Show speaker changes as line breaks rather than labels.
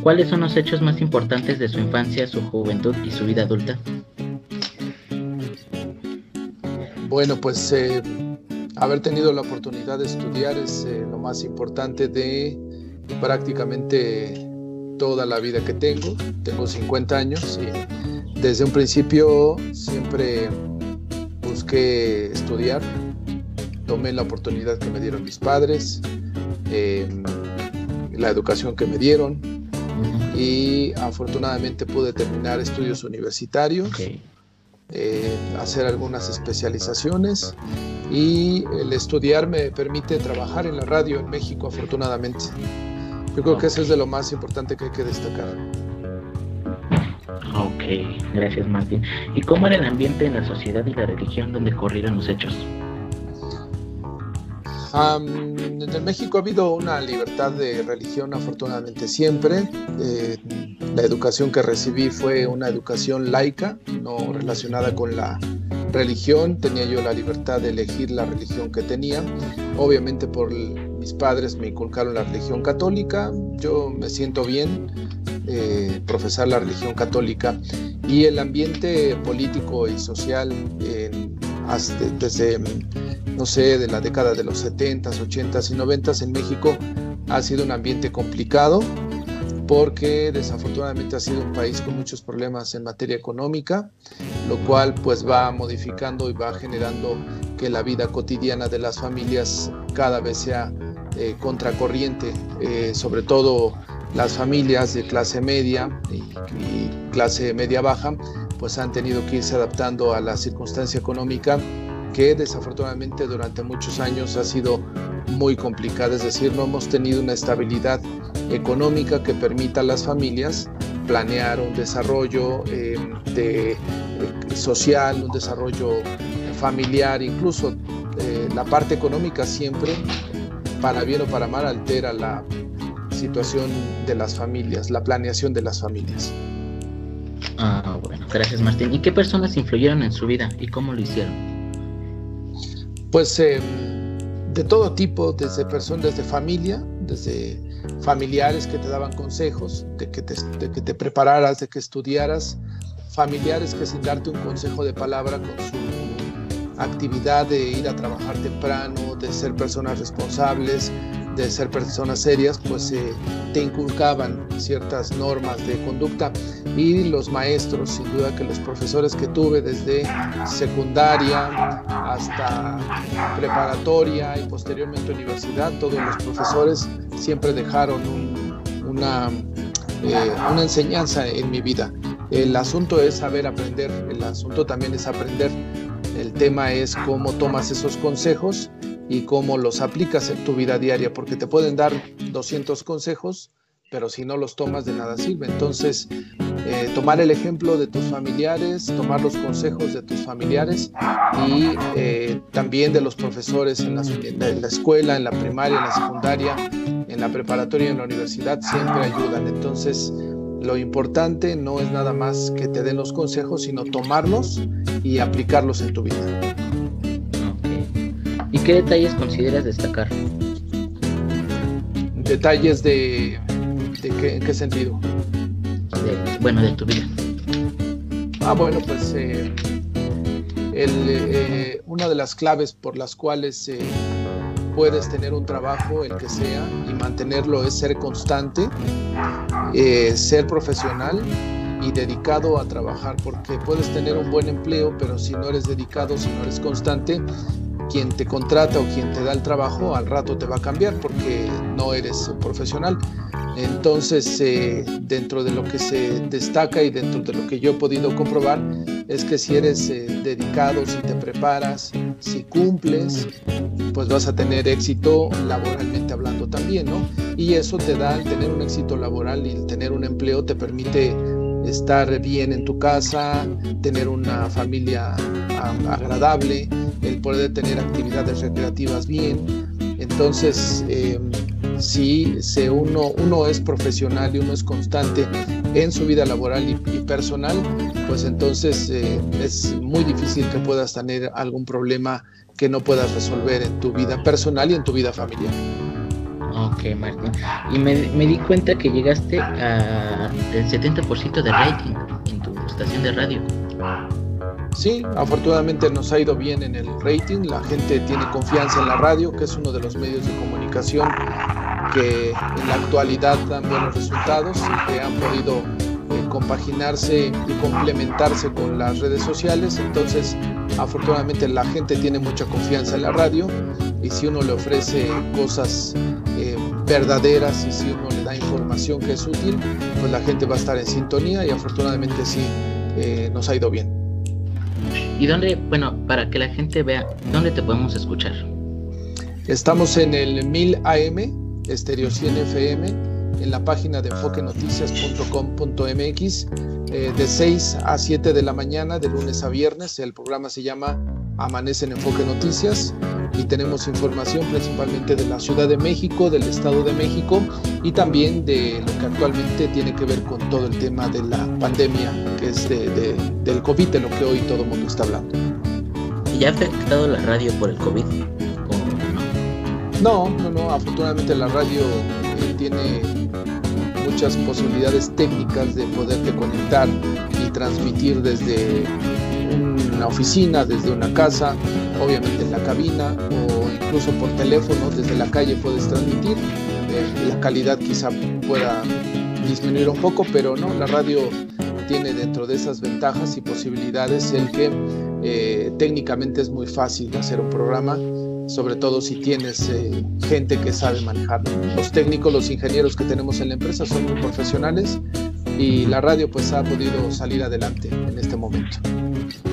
¿Cuáles son los hechos más importantes de su infancia, su juventud y su vida adulta?
Bueno, pues haber tenido la oportunidad de estudiar es lo más importante de prácticamente toda la vida que tengo. Tengo 50 años y desde un principio siempre busqué estudiar. Tomé la oportunidad que me dieron mis padres, la educación que me dieron, y afortunadamente pude terminar estudios universitarios.
Okay.
Hacer algunas especializaciones, y el estudiar me permite trabajar en la radio en México, afortunadamente. Yo creo que eso es de lo más importante que hay que destacar.
Ok, gracias, Martín. ¿Y cómo era el ambiente en la sociedad y la religión donde ocurrieron los hechos?
En México ha habido una libertad de religión, afortunadamente, siempre. La educación que recibí fue una educación laica, no relacionada con la religión. Tenía yo la libertad de elegir la religión que tenía. Obviamente mis padres me inculcaron la religión católica. Yo me siento bien profesar la religión católica, y el ambiente político y social desde, no sé, de la década de los 70s, 80s y 90s en México ha sido un ambiente complicado, porque desafortunadamente ha sido un país con muchos problemas en materia económica, lo cual pues va modificando y va generando que la vida cotidiana de las familias cada vez sea contracorriente, sobre todo las familias de clase media y clase media baja, pues han tenido que irse adaptando a la circunstancia económica, que desafortunadamente durante muchos años ha sido muy complicada. Es decir, no hemos tenido una estabilidad económica que permita a las familias planear un desarrollo social, un desarrollo familiar. Incluso la parte económica siempre, para bien o para mal, altera la situación de las familias, la planeación de las familias.
Bueno, gracias, Martín. ¿Y qué personas influyeron en su vida y cómo lo hicieron?
Pues de todo tipo, desde familia, desde familiares que te daban consejos, de que te prepararas, de que estudiaras, familiares que sin darte un consejo de palabra, con su actividad de ir a trabajar temprano, de ser personas responsables, de ser personas serias, pues te inculcaban ciertas normas de conducta. Y los maestros, sin duda que los profesores que tuve desde secundaria hasta preparatoria y posteriormente universidad, todos los profesores siempre dejaron una enseñanza en mi vida. El asunto es saber aprender, el asunto también es aprender. El tema es cómo tomas esos consejos y cómo los aplicas en tu vida diaria, porque te pueden dar 200 consejos, pero si no los tomas, de nada sirve. Entonces, tomar el ejemplo de tus familiares, tomar los consejos de tus familiares, y también de los profesores en la escuela, en la primaria, en la secundaria, en la preparatoria y en la universidad, siempre ayudan. Entonces, lo importante no es nada más que te den los consejos, sino tomarlos y aplicarlos en tu vida.
¿Y qué detalles consideras destacar?
¿Detalles de qué, en qué sentido?
De tu vida.
Bueno, pues una de las claves por las cuales puedes tener un trabajo, el que sea, y mantenerlo, es ser constante, ser profesional y dedicado a trabajar, porque puedes tener un buen empleo, pero si no eres dedicado, si no eres constante, quien te contrata o quien te da el trabajo al rato te va a cambiar porque no eres un profesional. Entonces, dentro de lo que se destaca y dentro de lo que yo he podido comprobar, es que si eres dedicado, si te preparas, si cumples, pues vas a tener éxito laboralmente hablando también, ¿no? Y eso te da, el tener un éxito laboral y el tener un empleo te permite estar bien en tu casa, tener una familia agradable, el poder tener actividades recreativas bien. Entonces, si uno es profesional y uno es constante en su vida laboral y personal, pues entonces es muy difícil que puedas tener algún problema que no puedas resolver en tu vida personal y en tu vida familiar.
Ok, Martín. Y me di cuenta que llegaste a el 70% de rating en tu estación de radio.
Sí, afortunadamente nos ha ido bien en el rating, la gente tiene confianza en la radio, que es uno de los medios de comunicación que en la actualidad dan buenos resultados y que han podido compaginarse y complementarse con las redes sociales. Entonces, afortunadamente la gente tiene mucha confianza en la radio, y si uno le ofrece cosas verdaderas y si uno le da información que es útil, pues la gente va a estar en sintonía, y afortunadamente sí, nos ha ido bien.
¿Y dónde, bueno, para que la gente vea, dónde te podemos escuchar?
Estamos en el 1000 AM, Estéreo 100 FM, en la página de enfoquenoticias.com.mx, de 6 a 7 de la mañana, de lunes a viernes. El programa se llama Amanece en Enfoque Noticias, y tenemos información principalmente de la Ciudad de México, del Estado de México, y también de lo que actualmente tiene que ver con todo el tema de la pandemia, que es del COVID, de lo que hoy todo el mundo está hablando.
¿Y ya ha afectado la radio por el COVID?
No, afortunadamente la radio tiene muchas posibilidades técnicas de poderte conectar y transmitir desde una oficina, desde una casa, obviamente en la cabina, o incluso por teléfono, desde la calle puedes transmitir. La calidad quizá pueda disminuir un poco, pero no, la radio tiene dentro de esas ventajas y posibilidades el que técnicamente es muy fácil hacer un programa, sobre todo si tienes gente que sabe manejarlo. Los técnicos, los ingenieros que tenemos en la empresa son muy profesionales, y la radio pues ha podido salir adelante en este momento.